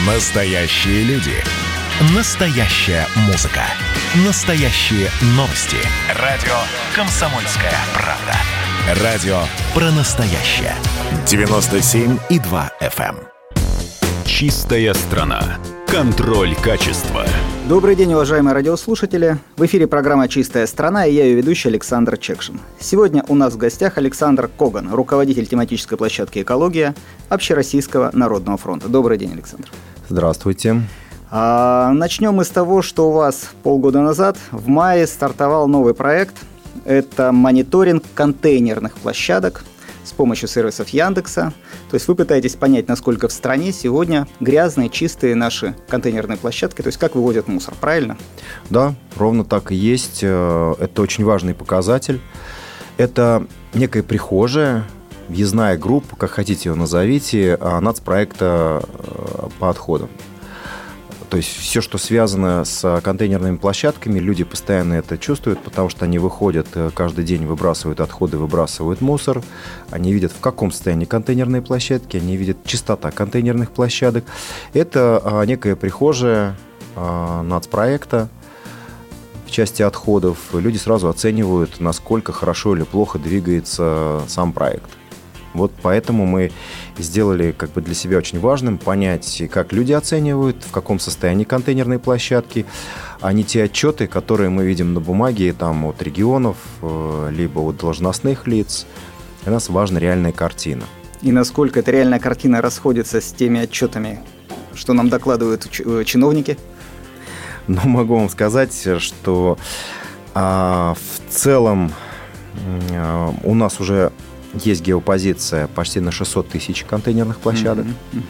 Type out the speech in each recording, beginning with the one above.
Настоящие люди. Настоящая музыка. Настоящие новости. Радио «Комсомольская правда». Радио про настоящее. 97,2 FM. Чистая страна. Контроль качества. Добрый день, уважаемые радиослушатели. В эфире программа «Чистая страна» и я ее ведущий Александр Чекшин. Сегодня у нас в гостях Александр Коган, руководитель тематической площадки «Экология» Общероссийского народного фронта. Добрый день, Александр. Здравствуйте. Начнем мы с того, что у вас полгода назад, в мае, стартовал новый проект. Это мониторинг контейнерных площадок с помощью сервисов Яндекса. То есть вы пытаетесь понять, насколько в стране сегодня грязные, чистые наши контейнерные площадки, то есть как выводят мусор, правильно? Да, ровно так и есть. Это очень важный показатель. Это некая прихожая, въездная группа, как хотите ее назовите, нацпроекта по отходам. То есть все, что связано с контейнерными площадками, люди постоянно это чувствуют, потому что они выходят каждый день, выбрасывают отходы, выбрасывают мусор. Они видят, в каком состоянии контейнерные площадки, они видят чистота контейнерных площадок. Это некая прихожая нацпроекта в части отходов. Люди сразу оценивают, насколько хорошо или плохо двигается сам проект. Вот поэтому мы сделали для себя очень важным понять, как люди оценивают, в каком состоянии контейнерные площадки, а не те отчеты, которые мы видим на бумаге там, от регионов, либо от должностных лиц. Для нас важна реальная картина. И насколько эта реальная картина расходится с теми отчетами, что нам докладывают чиновники? Могу вам сказать, что в целом у нас уже есть геопозиция почти на 600 тысяч контейнерных площадок.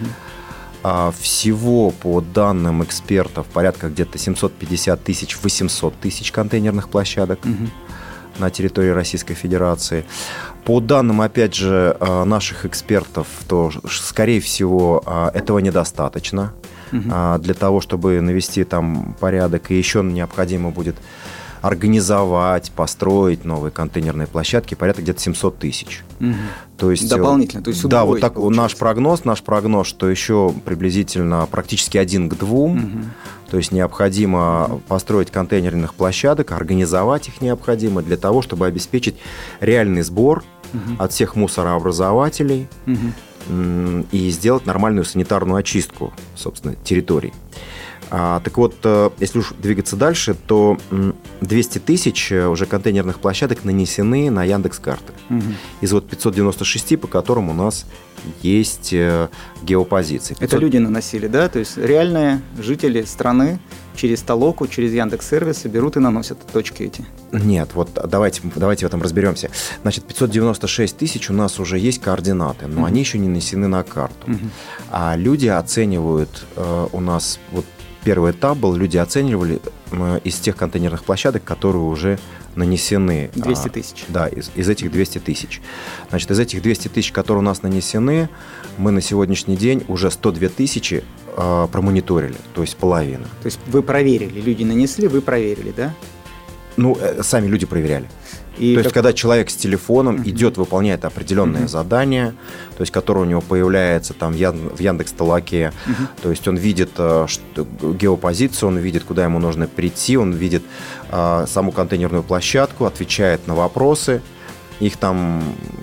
Всего, по данным экспертов, порядка где-то 750 тысяч, 800 тысяч контейнерных площадок на территории Российской Федерации. По данным, опять же, наших экспертов, то, скорее всего, этого недостаточно для того, чтобы навести там порядок. И еще необходимо будет организовать, построить новые контейнерные площадки, порядка где-то 700 тысяч. То есть, дополнительно, то есть удвоить, да, вот так наш прогноз, что еще приблизительно практически 1 к 2. То есть необходимо построить контейнерных площадок, организовать их необходимо для того, чтобы обеспечить реальный сбор от всех мусорообразователей и сделать нормальную санитарную очистку, собственно, территорий. Так вот, если уж двигаться дальше, то 200 тысяч уже контейнерных площадок нанесены на Яндекс.Карты. Из 596, по которым у нас есть геопозиции. 500... Это люди наносили, да? То есть реальные жители страны через Толоку, через Яндекс.Сервисы берут и наносят точки эти? Нет, давайте в этом разберемся. Значит, 596 тысяч у нас уже есть координаты, но они еще не нанесены на карту. А люди оценивают у нас... Первый этап был, люди оценивали из тех контейнерных площадок, которые уже нанесены. 200 тысяч. Да, из этих 200 тысяч. Значит, из этих 200 тысяч, которые у нас нанесены, мы на сегодняшний день уже 102 тысячи промониторили, то есть половина. То есть вы проверили, люди нанесли, вы проверили, да? Сами люди проверяли. То есть, когда человек с телефоном идет, выполняет определенное задание, то есть, которое у него появляется там в Яндекс.Толоке, то есть, он видит геопозицию, он видит, куда ему нужно прийти, он видит саму контейнерную площадку, отвечает на вопросы. Их там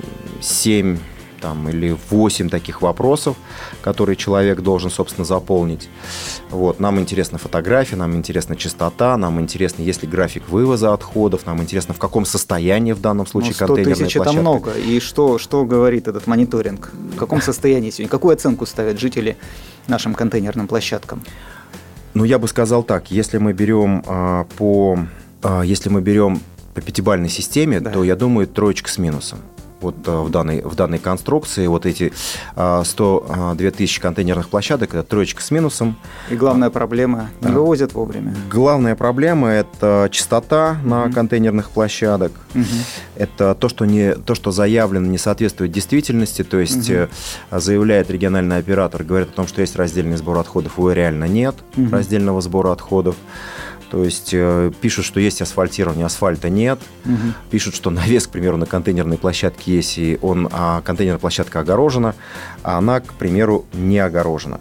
7 или 8 таких вопросов, которые человек должен, собственно, заполнить. Нам интересна фотография, нам интересна частота, нам интересно, есть ли график вывоза отходов, нам интересно, в каком состоянии в данном случае контейнерная площадка. 100 тысяч – это много. И что говорит этот мониторинг? В каком состоянии сегодня? Какую оценку ставят жители нашим контейнерным площадкам? Я бы сказал так, если мы берем по пятибалльной системе, то, я думаю, 3 с минусом. В данной конструкции эти 102 тысячи контейнерных площадок – это 3 с минусом. И главная проблема – не вывозят вовремя. Главная проблема – это частота на контейнерных площадок. Это то, что заявлено, не соответствует действительности. То есть заявляет региональный оператор, говорит о том, что есть раздельный сбор отходов, его реально нет раздельного сбора отходов. То есть пишут, что есть асфальтирование, асфальта нет. Пишут, что навес, к примеру, на контейнерной площадке есть, а контейнерная площадка огорожена, а она, к примеру, не огорожена.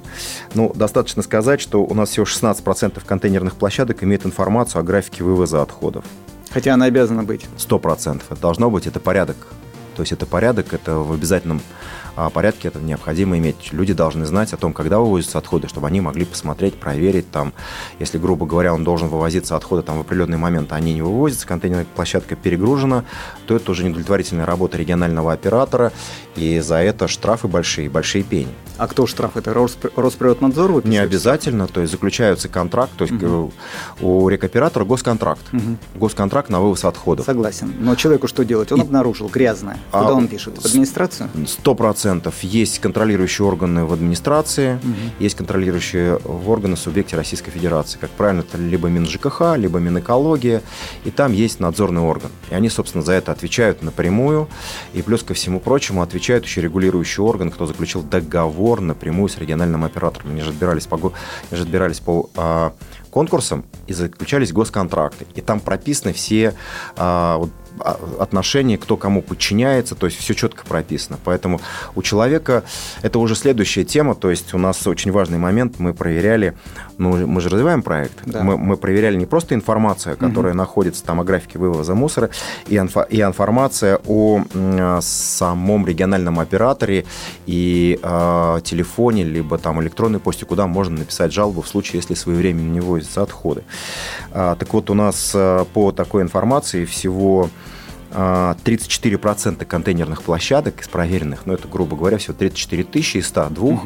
Ну, достаточно сказать, что у нас всего 16% контейнерных площадок имеют информацию о графике вывоза отходов. Хотя она обязана быть. 100%. Это должно быть, это порядок. То есть это порядок, это в обязательном порядке, это необходимо иметь. Люди должны знать о том, когда вывозятся отходы, чтобы они могли посмотреть, проверить. Там, если, грубо говоря, он должен вывозиться отходы там, в определенный момент, а они не вывозятся, контейнерная площадка перегружена, то это уже неудовлетворительная работа регионального оператора, и за это штрафы большие, большие пени. А кто штраф? Это Росприроднадзор выписывает? Не обязательно, то есть заключается контракт, то есть у рекоператора госконтракт. Госконтракт на вывоз отходов. Согласен. Но человеку что делать? Он обнаружил грязное. Куда он пишет? В администрацию? 100%. Есть контролирующие органы в администрации, есть контролирующие органы в субъекте Российской Федерации. Как правильно, это либо МинЖКХ, либо Минэкология, и там есть надзорный орган. И они, собственно, за это отвечают напрямую, и плюс ко всему прочему отвечает еще регулирующий орган, кто заключил договор напрямую с региональным оператором. Они же отбирались по конкурсам и заключались госконтракты. И там прописаны все отношения, кто кому подчиняется, то есть все четко прописано. Поэтому у человека это уже следующая тема, то есть у нас очень важный момент, мы проверяли, мы же развиваем проект, да. мы проверяли не просто информацию, которая находится там о графике вывоза мусора, и информация о самом региональном операторе и телефоне, либо там электронной почте, куда можно написать жалобу в случае, если своевременно не вывозятся отходы. Так вот, у нас по такой информации всего 34% контейнерных площадок из проверенных, это, грубо говоря, всего 34 тысячи из 102,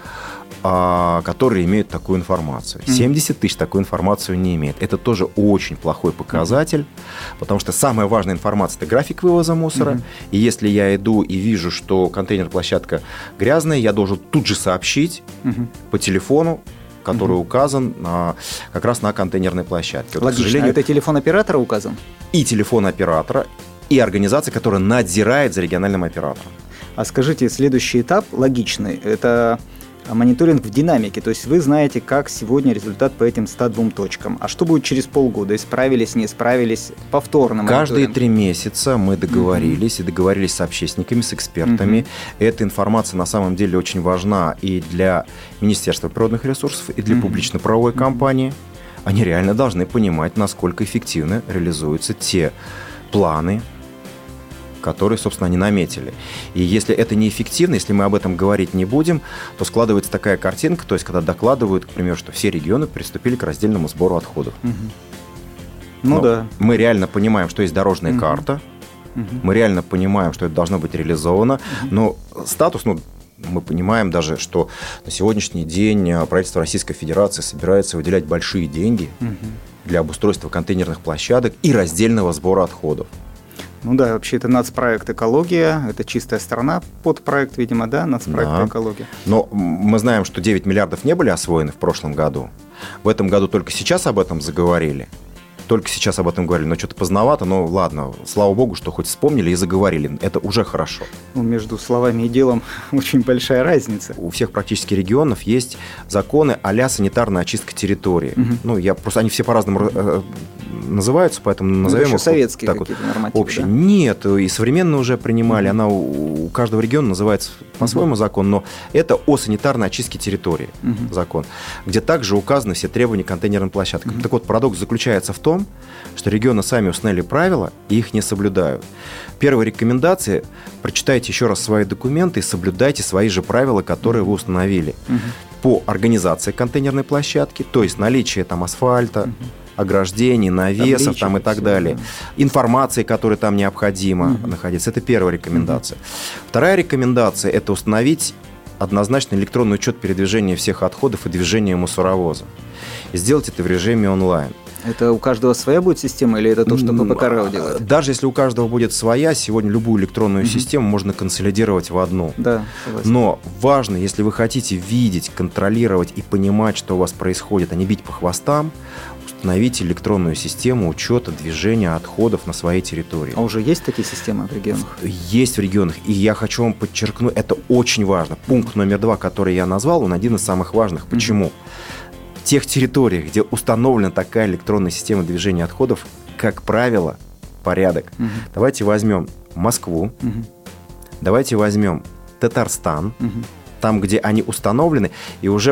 которые имеют такую информацию. 70 тысяч такую информацию не имеют. Это тоже очень плохой показатель, потому что самая важная информация – это график вывоза мусора. И если я иду и вижу, что контейнер-площадка грязная, я должен тут же сообщить по телефону, который указан как раз на контейнерной площадке. Логично. К сожалению, это телефон оператора указан? И телефон оператора, и организация, которая надзирает за региональным оператором. А скажите, следующий этап логичный – это мониторинг в динамике. То есть вы знаете, как сегодня результат по этим 102 точкам. А что будет через полгода? Исправились, не исправились? Повторно Каждые 3 месяца мы договорились и договорились с общественниками, с экспертами. Эта информация на самом деле очень важна и для Министерства природных ресурсов, и для публично-правовой компании. Они реально должны понимать, насколько эффективно реализуются те планы, которые, собственно, они наметили. И если это неэффективно, если мы об этом говорить не будем, то складывается такая картинка, то есть когда докладывают, к примеру, что все регионы приступили к раздельному сбору отходов. Да. Мы реально понимаем, что есть дорожная карта, мы реально понимаем, что это должно быть реализовано, но статус, мы понимаем даже, что на сегодняшний день правительство Российской Федерации собирается выделять большие деньги для обустройства контейнерных площадок и раздельного сбора отходов. Вообще это нацпроект «Экология», это чистая сторона под проект, видимо, да, нацпроект «Экология». Но мы знаем, что 9 миллиардов не были освоены в прошлом году. В этом году только сейчас об этом заговорили. Но что-то поздновато, но ладно, слава богу, что хоть вспомнили и заговорили, это уже хорошо. Между словами и делом очень большая разница. У всех практически регионов есть законы а-ля санитарная очистка территории. Они все по-разному называются, поэтому назовем их советские какие-то нормативы. Общие. Да? Нет, и современно уже принимали. Она у каждого региона называется по-своему закон, но это о санитарной очистке территории закон, где также указаны все требования к контейнерным площадкам. Так вот, парадокс заключается в том, что регионы сами установили правила и их не соблюдают. Первая рекомендация – прочитайте еще раз свои документы и соблюдайте свои же правила, которые вы установили по организации контейнерной площадки, то есть наличие там асфальта, ограждений, навесов там, и так далее, информации, которая там необходимо находиться. Это первая рекомендация. Вторая рекомендация – это установить однозначно электронный учет передвижения всех отходов и движения мусоровоза. И сделать это в режиме онлайн. Это у каждого своя будет система или это то, что ППК делает? Даже если у каждого будет своя, сегодня любую электронную систему можно консолидировать в одну. Да, согласен. Но важно, если вы хотите видеть, контролировать и понимать, что у вас происходит, а не бить по хвостам, установите электронную систему учета движения отходов на своей территории. А уже есть такие системы в регионах? Есть в регионах. И я хочу вам подчеркнуть, это очень важно. Пункт номер 2, который я назвал, он один из самых важных. Почему? В тех территориях, где установлена такая электронная система движения отходов, как правило, порядок. Давайте возьмем Москву, давайте возьмем Татарстан, там, где они установлены, и уже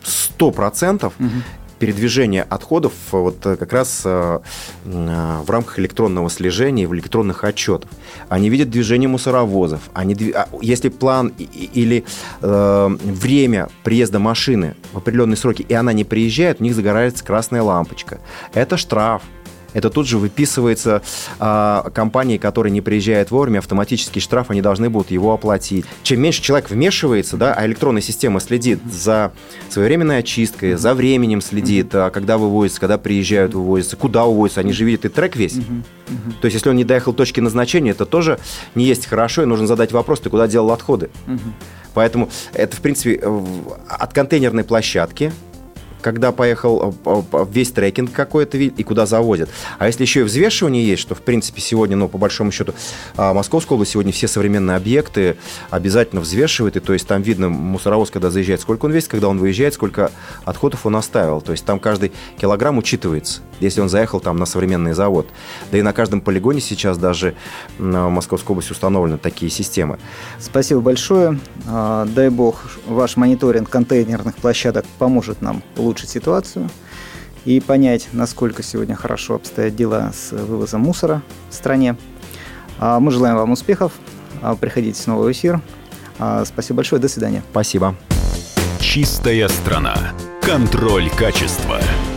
100% передвижение отходов вот как раз в рамках электронного слежения и в электронных отчетах. Они видят движение мусоровозов. Если план или время приезда машины в определенные сроки, и она не приезжает, у них загорается красная лампочка. Это штраф. Это тут же выписывается компании, которая не приезжает вовремя, автоматический штраф, они должны будут его оплатить. Чем меньше человек вмешивается, да, а электронная система следит за своевременной очисткой, за временем следит, когда вывозится, когда приезжают, вывозятся, куда увозятся, они же видят и трек весь. То есть, если он не доехал до точки назначения, это тоже не есть хорошо, и нужно задать вопрос, ты куда делал отходы? Поэтому это, в принципе, от контейнерной площадки, когда поехал весь трекинг какой-то вид и куда завозят. А если еще и взвешивание есть, что, в принципе, сегодня, ну, по большому счету, Московская область сегодня все современные объекты обязательно взвешивают, и то есть там видно мусоровоз, когда заезжает, сколько он весит, когда он выезжает, сколько отходов он оставил. То есть там каждый килограмм учитывается, если он заехал там на современный завод. Да и на каждом полигоне сейчас даже в Московской области установлены такие системы. Спасибо большое. Дай бог, ваш мониторинг контейнерных площадок поможет нам улучшить ситуацию и понять, насколько сегодня хорошо обстоят дела с вывозом мусора в стране. Мы желаем вам успехов. Приходите снова в эфир. Спасибо большое. До свидания. Спасибо. Чистая страна. Контроль качества.